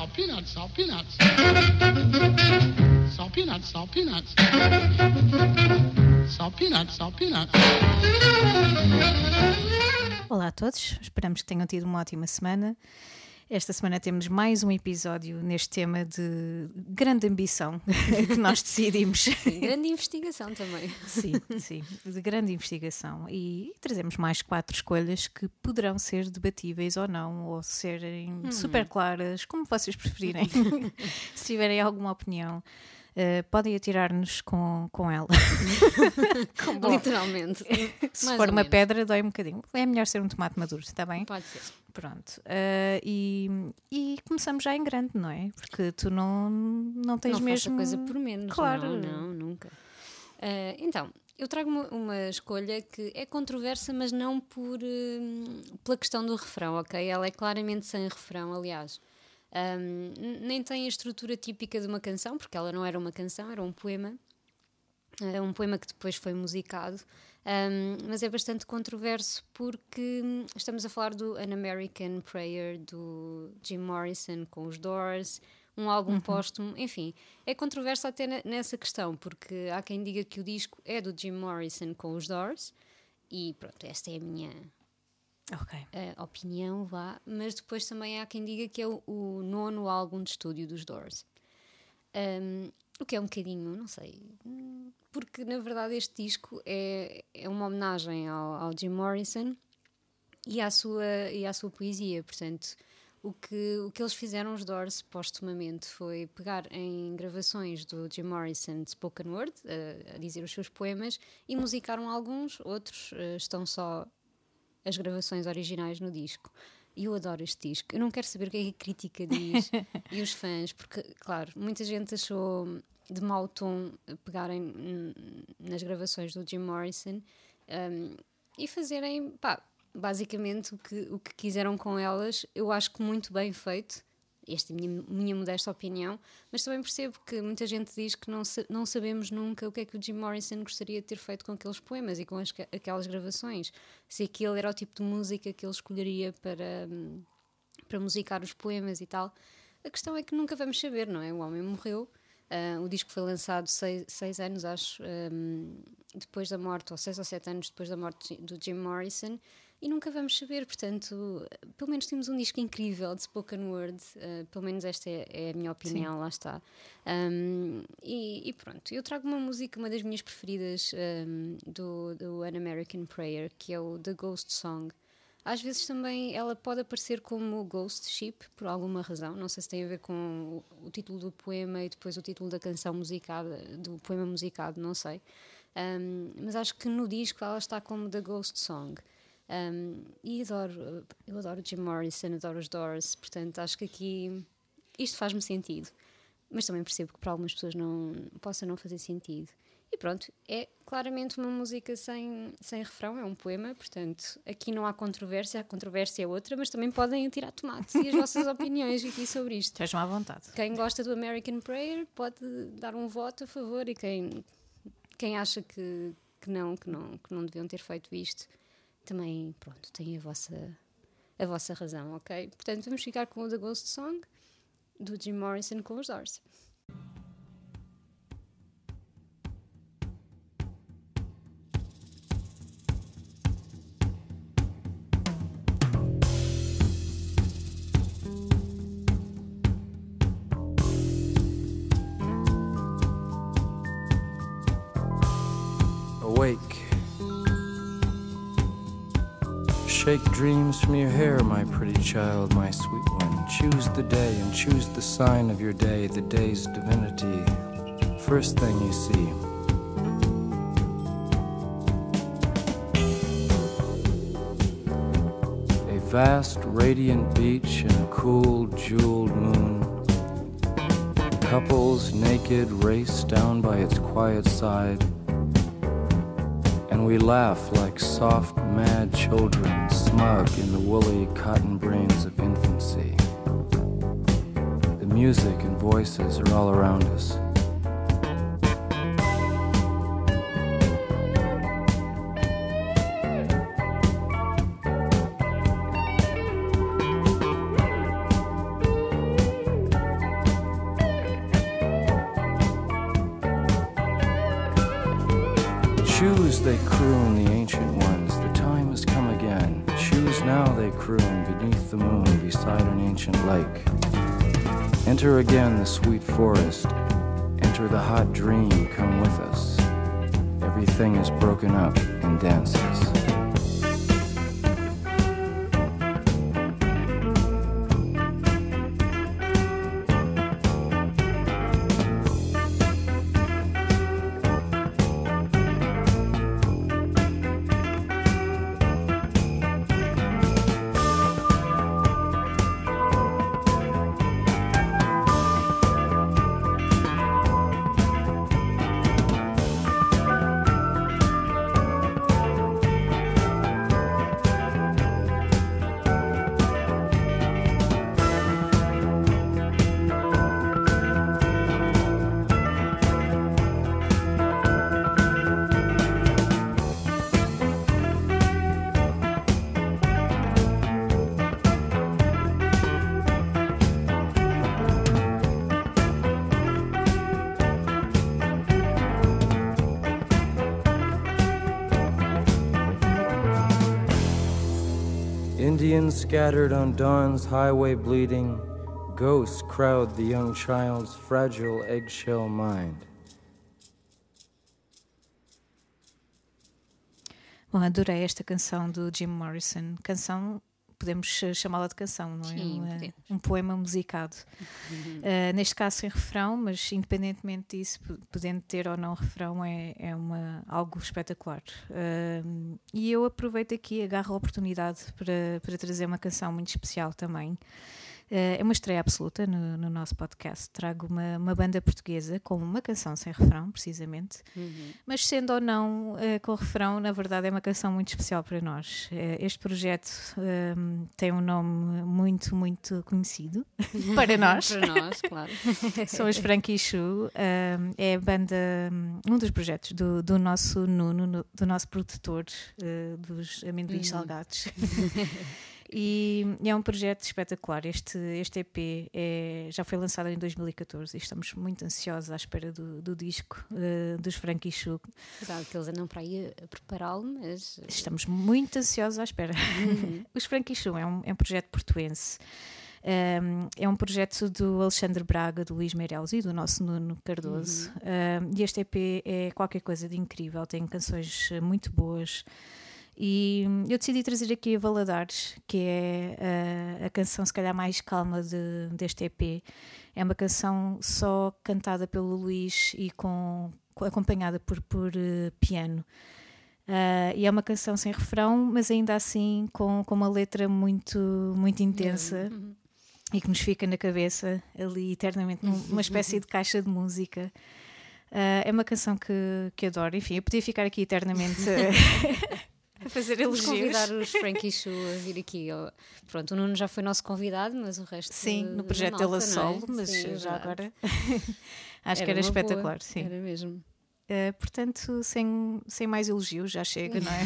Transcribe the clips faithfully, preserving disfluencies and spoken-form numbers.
salt peanuts, salt peanuts. Salt peanuts, salt peanuts. Salt peanuts, salt peanuts. Olá a todos, esperamos que tenham tido uma ótima semana. Esta semana temos mais um episódio neste tema de grande ambição que nós decidimos. Sim, grande investigação também. Sim, sim, de grande investigação. E trazemos mais quatro escolhas que poderão ser debatíveis ou não, ou serem hum. super claras, como vocês preferirem. Se tiverem alguma opinião, uh, podem atirar-nos com, com ela. com Literalmente. Se Mais for uma menos. pedra, dói um bocadinho. É melhor ser um tomate maduro, está bem? Pode ser. Pronto, uh, e, e começamos já em grande, não é? Porque tu não, não tens não mesmo... Não faço a coisa por menos, claro. não, não, nunca. Uh, então, eu trago uma, uma escolha que é controversa, mas não por, uh, pela questão do refrão, ok? Ela é claramente sem refrão, aliás. Um, nem tem a estrutura típica de uma canção, porque ela não era uma canção, era um poema. É um poema que depois foi musicado, um, mas é bastante controverso porque estamos a falar do An American Prayer do Jim Morrison com os Doors, um álbum uhum. póstumo, enfim, é controverso até n- nessa questão, porque há quem diga que o disco é do Jim Morrison com os Doors, e pronto, esta é a minha okay. uh, opinião, vá, mas depois também há quem diga que é o, o nono álbum de estúdio dos Doors. Um, o que é um bocadinho, não sei, porque na verdade este disco é, é uma homenagem ao, ao Jim Morrison e à sua, e à sua poesia. Portanto, o que, o que eles fizeram, os Doors, postumamente, foi pegar em gravações do Jim Morrison de spoken word, a, a dizer os seus poemas, e musicaram alguns, outros uh, estão só as gravações originais no disco. E eu adoro este disco. Eu não quero saber o que é que a crítica diz e os fãs, porque, claro, muita gente achou de mau tom pegarem n- nas gravações do Jim Morrison um, e fazerem, pá, basicamente o que, o que quiseram com elas. Eu acho que muito bem feito. Esta é a minha, minha modesta opinião, mas também percebo que muita gente diz que não, sa- não sabemos nunca o que é que o Jim Morrison gostaria de ter feito com aqueles poemas e com as, aquelas gravações. Se aquele era o tipo de música que ele escolheria para, para musicar os poemas e tal. A questão é que nunca vamos saber, não é? O homem morreu, uh, o disco foi lançado seis, seis anos, acho, um, depois da morte, ou seis ou sete anos depois da morte do Jim Morrison, e nunca vamos saber. Portanto, pelo menos temos um disco incrível de spoken word, uh, pelo menos esta é, é a minha opinião. Sim. Lá está. Um, e, e pronto, eu trago uma música, uma das minhas preferidas um, do, do An American Prayer, que é o The Ghost Song. Às vezes também ela pode aparecer como Ghost Ship, por alguma razão, não sei se tem a ver com o, o título do poema e depois o título da canção musicada, do poema musicado, não sei. Um, mas acho que no disco ela está como The Ghost Song. Um, e adoro, eu adoro Jim Morrison, adoro os Doors, portanto acho que aqui isto faz-me sentido, mas também percebo que para algumas pessoas não, possa não fazer sentido. E pronto, é claramente uma música sem, sem refrão, é um poema, portanto aqui não há controvérsia, a controvérsia é outra, mas também podem tirar tomates e as vossas opiniões aqui sobre isto. Estejam à vontade. Quem gosta do American Prayer pode dar um voto a favor, e quem, quem acha que, que, não, que, não, que não deviam ter feito isto, também, pronto, tem a vossa, a vossa razão, ok? Portanto, vamos ficar com o The Ghost Song, do Jim Morrison com os Doors. Awake. Shake dreams from your hair, my pretty child, my sweet one. Choose the day and choose the sign of your day, the day's divinity. First thing you see. A vast, radiant beach and a cool, jeweled moon. Couples naked race down by its quiet side. And we laugh like soft, mad children, smug in the woolly cotton brains of infancy. The music and voices are all around us. they croon, the ancient ones, the time has come again. Choose now, they croon, beneath the moon, beside an ancient lake. Enter again the sweet forest, enter the hot dream, come with us. Everything is broken up in dances. Indians scattered on dawn's highway bleeding, ghosts crowd the young child's fragile eggshell mind. Bom, adorei esta canção do Jim Morrison. Canção, podemos chamá-la de canção, não é? Sim, um, um poema musicado. Uhum. Uh, neste caso sem refrão, mas independentemente disso, podendo ter ou não refrão, é, é uma, algo espetacular. Uh, e eu aproveito aqui, agarro a oportunidade para, para trazer uma canção muito especial também. Uh, é uma estreia absoluta no, no nosso podcast. Trago uma, uma banda portuguesa com uma canção sem refrão, precisamente. Uhum. Mas sendo ou não uh, com refrão, na verdade é uma canção muito especial para nós. Uh, este projeto um, tem um nome muito, muito conhecido para nós. Para nós, claro. São os Frankie Shoe. Um, é a banda, um dos projetos do, do nosso Nuno, no, do nosso produtor uh, dos amendoins uhum. salgados. E é um projeto espetacular. Este, este E P é, já foi lançado em dois mil e catorze e estamos muito ansiosos à espera do, do disco uh, dos Frankie Shoe. Claro que eles andam para aí a prepará-lo, mas... Estamos muito ansiosos à espera. Uhum. Os Frankie Shoe é um, é um projeto portuense. Um, é um projeto do Alexandre Braga, do Luís Meireles e do nosso Nuno Cardoso. Uhum. Um, e este E P é qualquer coisa de incrível. Tem canções muito boas. E eu decidi trazer aqui a Valadares, que é a, a canção se calhar mais calma de, deste E P. É uma canção só cantada pelo Luís e com, acompanhada por, por uh, piano. Uh, e é uma canção sem refrão, mas ainda assim com, com uma letra muito, muito intensa uhum. e que nos fica na cabeça ali eternamente, numa espécie de caixa de música. Uh, é uma canção que, que adoro. Enfim, eu podia ficar aqui eternamente... a fazer elogios. Vamos convidar os Frankie Shoe a vir aqui. Pronto, o Nuno já foi nosso convidado, mas o resto... Sim, no projeto dele a solo, é? Mas sim, já agora... Acho era que era espetacular, boa. Sim. Era mesmo. Uh, portanto, sem, sem mais elogios, já chega, não é?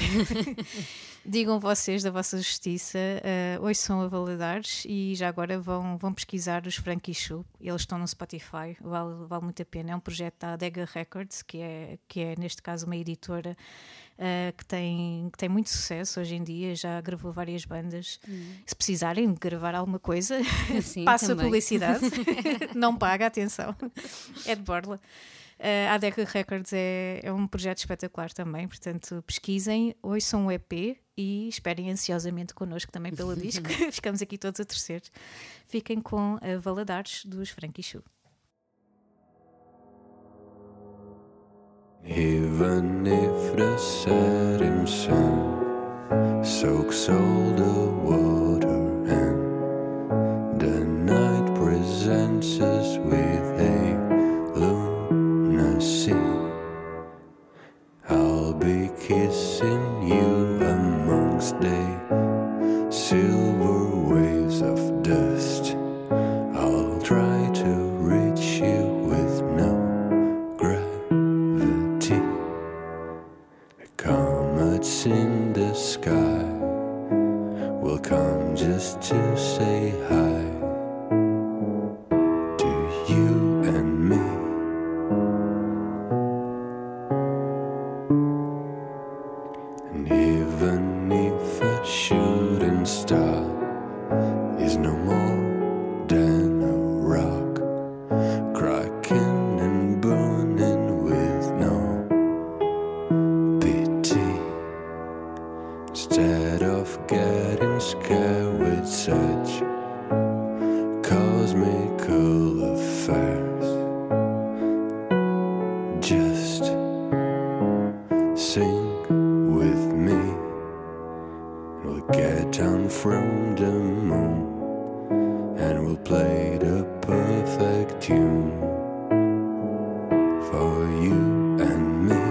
Digam vocês da vossa justiça, uh, ouçam a Valadares e já agora vão, vão pesquisar os Frankie Shoe. Eles estão no Spotify, vale, vale muito a pena. É um projeto da Adega Records, que é, que é neste caso uma editora uh, que, tem, que tem muito sucesso hoje em dia, já gravou várias bandas. Hum. Se precisarem de gravar alguma coisa, Sim, passa também. Publicidade, não paga, atenção, é de borla. Uh, a Adega Records é, é um projeto espetacular também, portanto pesquisem, ouçam o E P e esperem ansiosamente connosco também pelo disco. Ficamos aqui todos a torcer. Fiquem com a Valadares dos Frankie Shoe. Even if the setting sun soaks all the water and the night presents us with a lunacy, I'll be kissing you amongst the silver waves of dust. I'll try to reach you with no gravity. The comets in the sky will come just to say hi to you and me. cosmical affairs. Just sing with me. We'll get down from the moon and we'll play the perfect tune for you and me.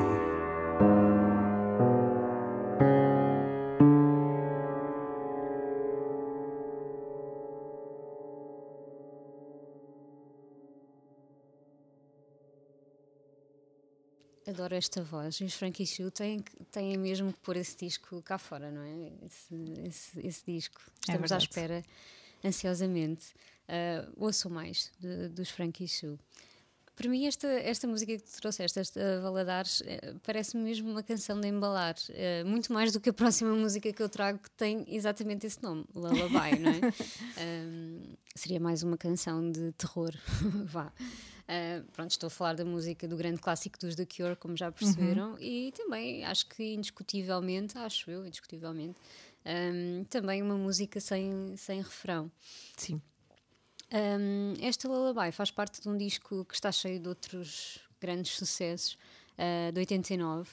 Adoro esta voz. E os Frankie Shu têm, têm mesmo que pôr esse disco cá fora, não é? Esse, esse, esse disco. Estamos é à espera ansiosamente. Uh, ouço mais de, dos Frankie Shu. Para mim, esta, esta música que tu trouxeste, esta Valadares, uh, parece-me mesmo uma canção de embalar. Uh, muito mais do que a próxima música que eu trago, que tem exatamente esse nome, Lullaby, não é? Um, seria mais uma canção de terror. Vá. Uh, pronto, estou a falar da música do grande clássico dos The Cure, como já perceberam, uhum. E também acho que indiscutivelmente, acho eu, indiscutivelmente, um, também uma música sem, sem refrão. Sim. Um, esta Lullaby faz parte de um disco que está cheio de outros grandes sucessos, uh, de oitenta e nove,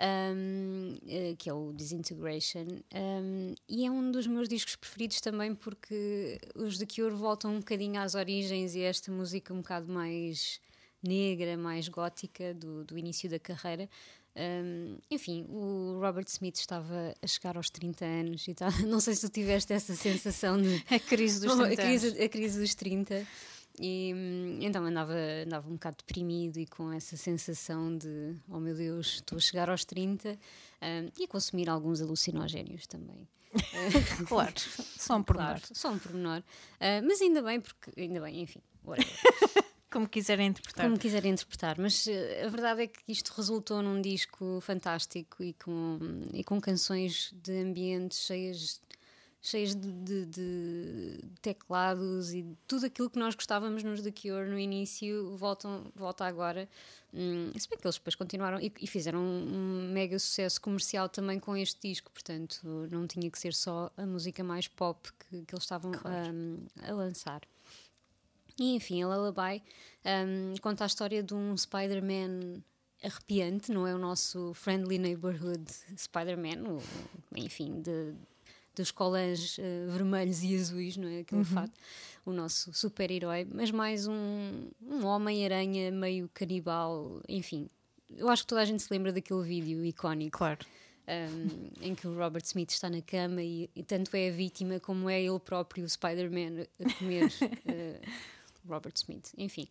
um, uh, que é o Disintegration, um, e é um dos meus discos preferidos também porque os The Cure voltam um bocadinho às origens e a esta música um bocado mais negra, mais gótica do, do início da carreira. Um, enfim, o Robert Smith estava a chegar aos trinta anos e tal. Não sei se tu tiveste essa sensação de a crise dos trinta a crise, a crise dos trinta. E então andava, andava um bocado deprimido e com essa sensação de oh meu Deus, estou a chegar aos trinta, um, e a consumir alguns alucinogénios também. Claro, só um pormenor. Claro, só um pormenor. Uh, mas ainda bem, porque ainda bem, enfim, whatever. Como quiserem interpretar. Como quiserem interpretar, mas uh, a verdade é que isto resultou num disco fantástico e com, e com canções de ambientes cheias, cheias de, de, de teclados e tudo aquilo que nós gostávamos nos The Cure no início voltam, volta agora. Hum, se bem que eles depois continuaram e, e fizeram um, um mega sucesso comercial também com este disco, portanto não tinha que ser só a música mais pop que, que eles estavam claro. um, a lançar. E enfim, a Lullaby um, conta a história de um Spider-Man arrepiante, não é o nosso Friendly Neighborhood Spider-Man, o, enfim, de, dos colãs uh, vermelhos e azuis, não é? Aquele uhum. fato, o nosso super-herói, mas mais um, um Homem-Aranha meio canibal, enfim. Eu acho que toda a gente se lembra daquele vídeo icónico. Claro. Um, em que o Robert Smith está na cama e, e tanto é a vítima como é ele próprio, o Spider-Man, a comer uh, Robert Smith, enfim.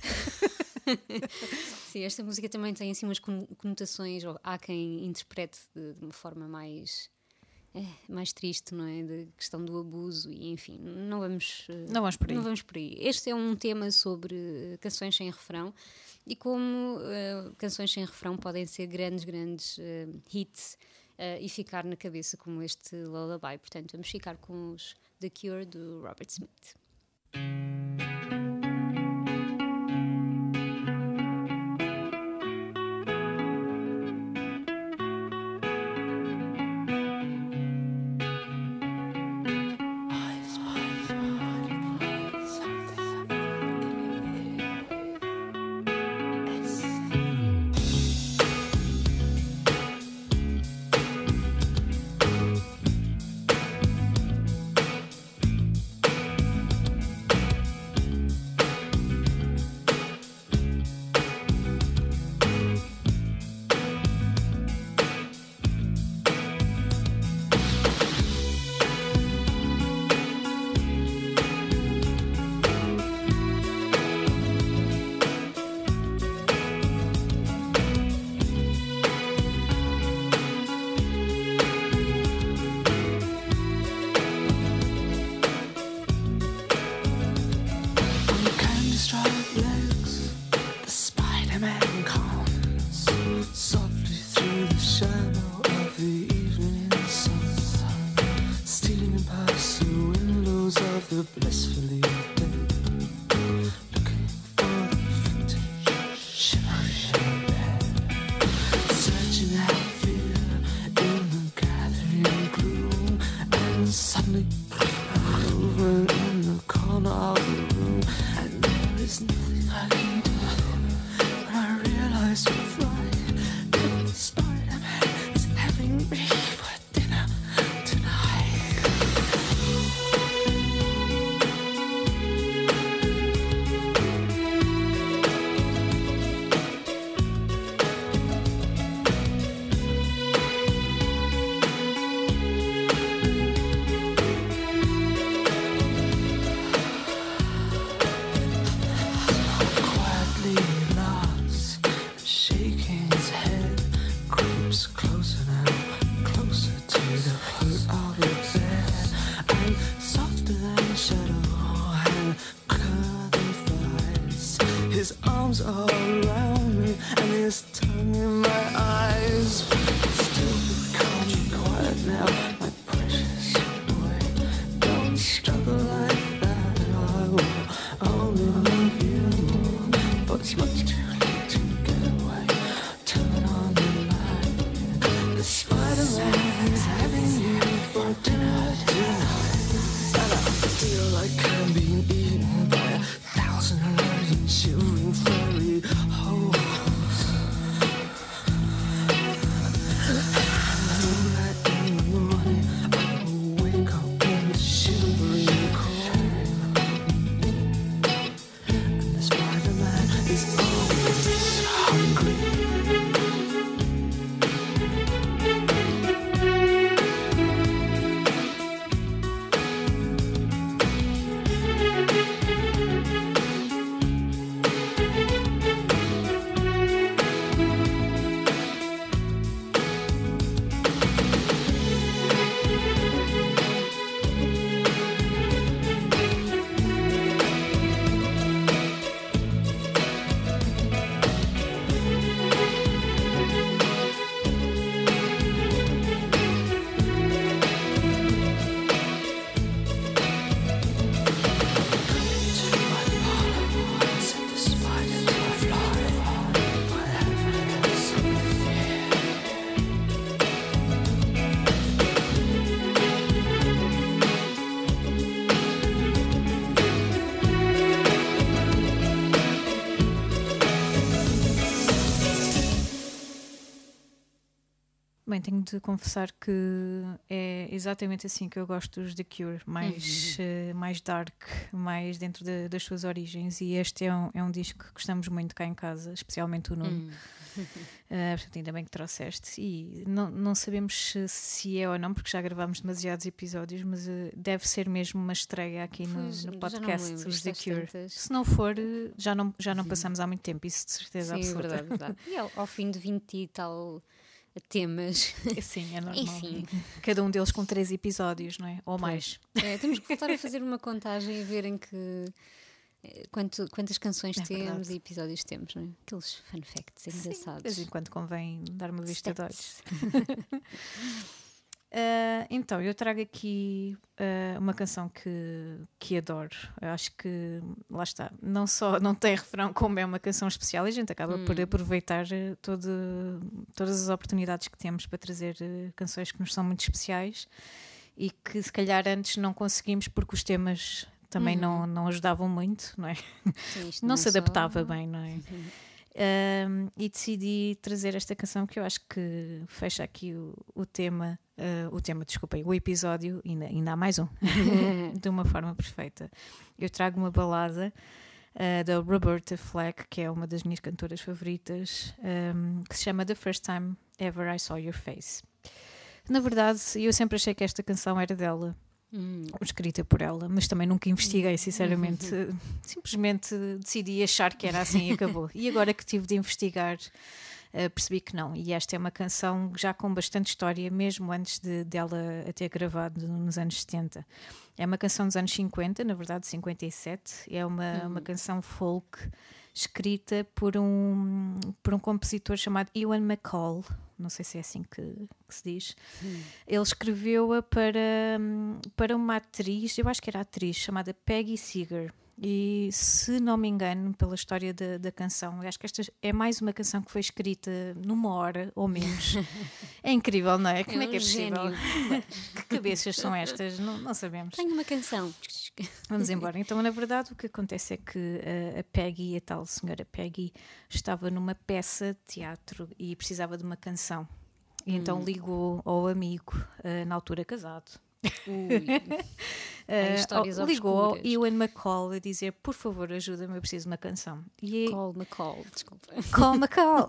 Sim, esta música também tem assim umas conotações, ou há quem interprete de, de uma forma mais é, mais triste, não é? Da questão do abuso e enfim, não vamos, não vamos por aí. Não vamos por aí. Este é um tema sobre canções sem refrão e como uh, canções sem refrão podem ser grandes, grandes uh, hits uh, e ficar na cabeça como este Lullaby. Portanto, vamos ficar com os The Cure do Robert Smith. Suddenly, over in the corner of the room, arms all around me and his tongue in my eyes. Still calm and quiet now, my precious boy. Don't struggle like that, I will only love you more. But it's much too late to get away. Turn on the light. The Spider-Man is having you for dinner tonight. And I feel like I'm being eaten by a thousand million shivering furry holes. And that in the morning I will wake up in the shivering cold. And the Spider-Man is always hungry. Bem, tenho de confessar que é exatamente assim que eu gosto dos The Cure, mais, uhum. uh, mais dark, mais dentro de, das suas origens, e este é um, é um disco que gostamos muito cá em casa, especialmente o Nuno. Uhum. Uh, portanto, ainda bem que trouxeste, e não, não sabemos se é ou não, porque já gravámos demasiados episódios, mas uh, deve ser mesmo uma estreia aqui no, pois, no podcast dos The Cure. Tantas. Se não for, já não, já não passamos há muito tempo, isso de certeza Sim, absoluta. verdade, verdade. E ao, ao fim de vinte e tal temas. Sim, é normal. Enfim. Cada um deles com três episódios, não é? Ou mais. É, temos que voltar a fazer uma contagem e verem que quanto, quantas canções é temos verdade. E episódios temos, não é? Aqueles fun facts engraçados. De vez em quando convém dar uma vista de olhos. Uh, então, eu trago aqui uh, uma canção que, que adoro. Eu acho que, lá está, não só não tem refrão, como é uma canção especial, e a gente acaba hum. por aproveitar todo, todas as oportunidades que temos para trazer uh, canções que nos são muito especiais e que se calhar antes não conseguimos porque os temas também uhum. não, não ajudavam muito, não é? Sim, não, não se adaptava só... bem, não é? Uhum. Um, e decidi trazer esta canção que eu acho que fecha aqui o, o tema, uh, o tema, desculpem, o episódio, ainda, ainda há mais um, de uma forma perfeita. Eu trago uma balada uh, da Roberta Flack, que é uma das minhas cantoras favoritas, um, que se chama The First Time Ever I Saw Your Face. Na verdade, eu sempre achei que esta canção era dela. Hum. Escrita por ela, mas também nunca investiguei, sinceramente. Uhum. Simplesmente decidi achar que era assim e acabou. E agora que tive de investigar, uh, percebi que não. E esta é uma canção já com bastante história, mesmo antes de dela a ter gravado nos anos setenta. É uma canção dos anos cinquenta, na verdade cinquenta e sete. É uma, uhum. uma canção folk escrita por um, por um compositor chamado Ewan MacColl. Não sei se é assim que, que se diz. Hum. Ele escreveu-a para, para uma atriz, eu acho que era atriz, chamada Peggy Seeger. E se não me engano, pela história da, da canção, eu acho que esta é mais uma canção que foi escrita numa hora ou menos. É incrível, não é? Como é, é um que é possível? Que cabeças são estas? Não, não sabemos. Tenho uma canção. Vamos embora. Então, na verdade, o que acontece é que a, a Peggy, a tal senhora Peggy, estava numa peça de teatro e precisava de uma canção. E hum. então ligou ao amigo, uh, na altura casado. Ui. uh, ligou ao Ewan MacColl a dizer: por favor, ajuda-me, eu preciso de uma canção. E Call MacColl, desculpa. Call MacColl.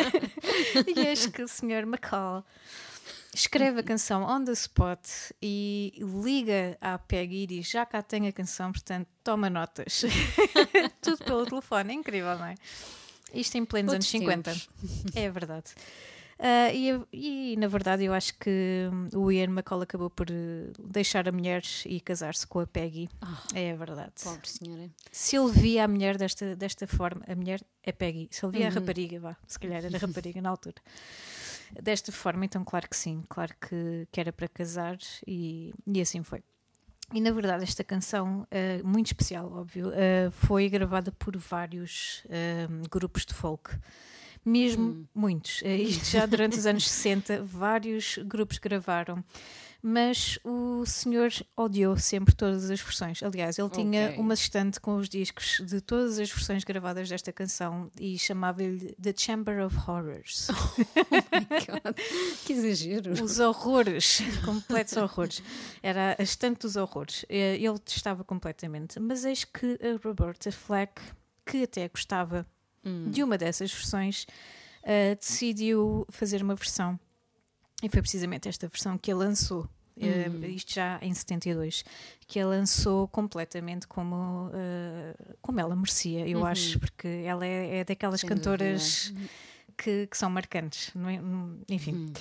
E acho que o senhor MacColl escreve a canção on the spot e liga à Peggy e diz: já cá tenho a canção, portanto toma notas. Tudo pelo telefone, é incrível, não é? Isto em plenos anos cinquenta. É verdade. Uh, e, e na verdade eu acho que o Ian McCall acabou por deixar a mulher e casar-se com a Peggy. Oh, é a verdade. Pobre senhora. Se ele via a mulher desta, desta forma, a mulher é Peggy, se ele via Uhum. a rapariga, vá, se calhar era rapariga na altura, desta forma, então claro que sim, claro que, que era para casar e, e assim foi. E na verdade esta canção, uh, muito especial, óbvio, uh, foi gravada por vários uh, grupos de folk. Mesmo hum. muitos. Isto já durante os anos sessenta, vários grupos gravaram. Mas o senhor odiou sempre todas as versões. Aliás, ele tinha okay. uma estante com os discos de todas as versões gravadas desta canção e chamava-lhe The Chamber of Horrors. Oh my God, que exagero! Os horrores, completos horrores. Era a estante dos horrores. Ele estava completamente. Mas eis que a Roberta Flack, que até gostava hum. de uma dessas versões, uh, decidiu fazer uma versão. E foi precisamente esta versão que ele lançou, hum. uh, isto já em setenta e dois, que ele lançou completamente como, uh, como ela merecia, eu uhum. acho, porque ela é, é daquelas Sem cantoras que, que são marcantes, não é? Enfim. Uhum.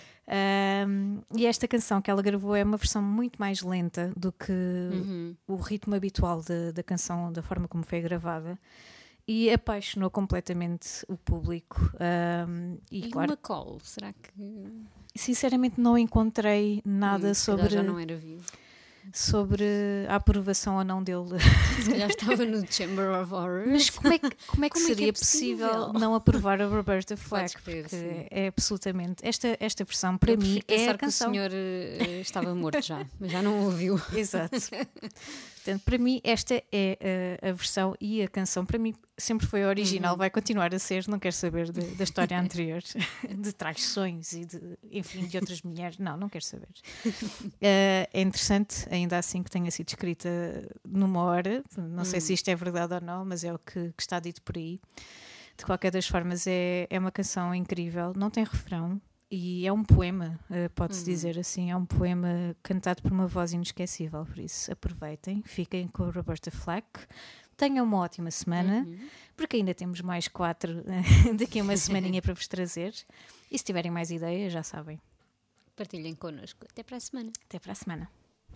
Um, e esta canção que ela gravou é uma versão muito mais lenta do que uhum. o ritmo habitual de, da canção, da forma como foi gravada. E apaixonou completamente o público. Um, e e claro, o McCall, será que... Sinceramente não encontrei nada hum, sobre, já não era vivo. sobre a aprovação ou não dele. Se calhar estava no Chamber of Horrors. Mas como é que, como é que como seria é que é possível? possível não aprovar a Roberta Flack? Crer, porque sim. é absolutamente... Esta, esta versão, para Eu mim, é a que canção... o senhor uh, estava morto já, mas já não ouviu. Exato. Portanto, para mim, esta é a, a versão e a canção, para mim, sempre foi a original, uhum. vai continuar a ser, não quero saber de, da história anterior, de traições e de, enfim, de outras mulheres, não, não quero saber. Uh, é interessante, ainda assim, que tenha sido escrita numa hora, não uhum. sei se isto é verdade ou não, mas é o que, que está dito por aí. De qualquer das formas, é, é uma canção incrível, não tem refrão. E é um poema, pode-se uhum. dizer assim, é um poema cantado por uma voz inesquecível, por isso aproveitem, fiquem com a Roberta Flack, tenham uma ótima semana, uhum. porque ainda temos mais quatro daqui a uma semaninha para vos trazer, e se tiverem mais ideias, já sabem. Partilhem connosco. Até para a semana. Até para a semana.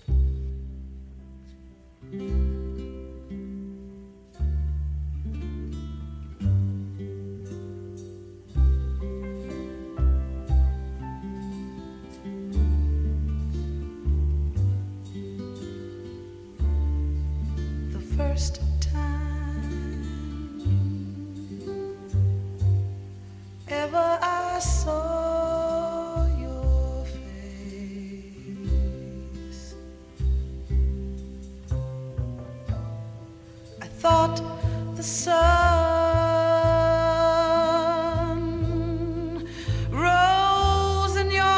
First time ever I saw your face, I thought the sun rose in your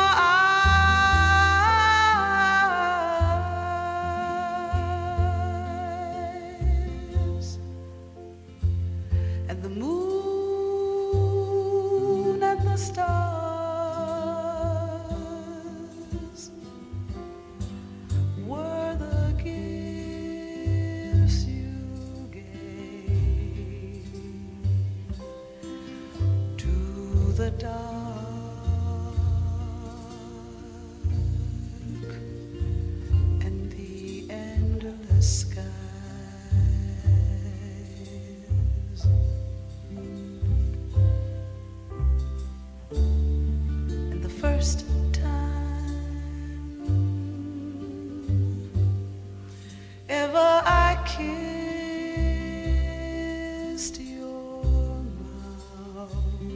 eyes, and the moon and the stars were the gifts you gave to the dark and the endless skies. And the first time ever I kissed your mouth,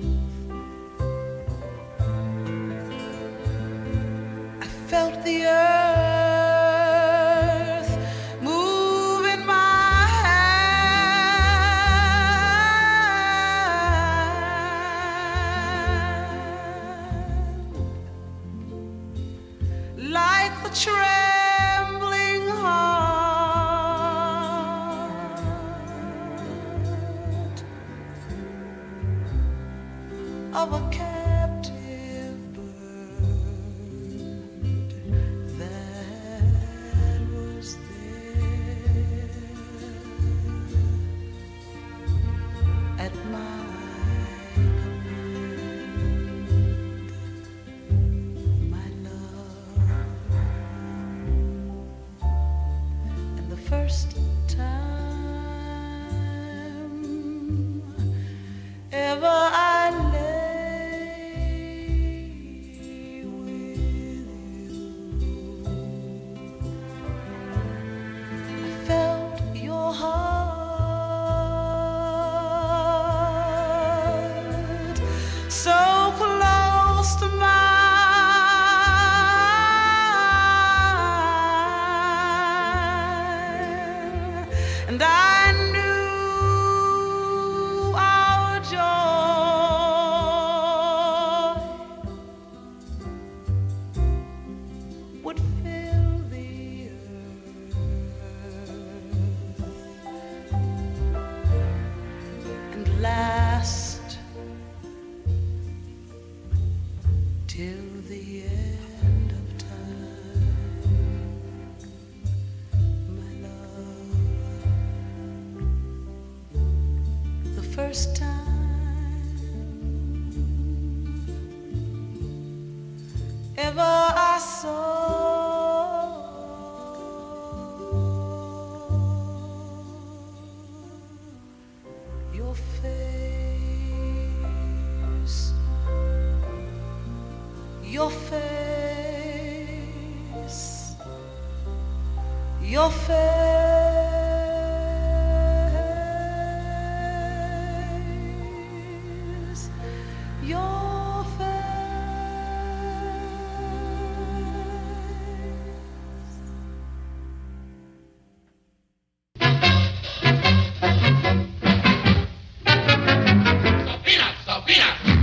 I felt the earth move in my hand, like the trembling heart of a captive bird that was there at my command. first time ever I saw your face, your face, your face. Your Peanuts, the peanuts.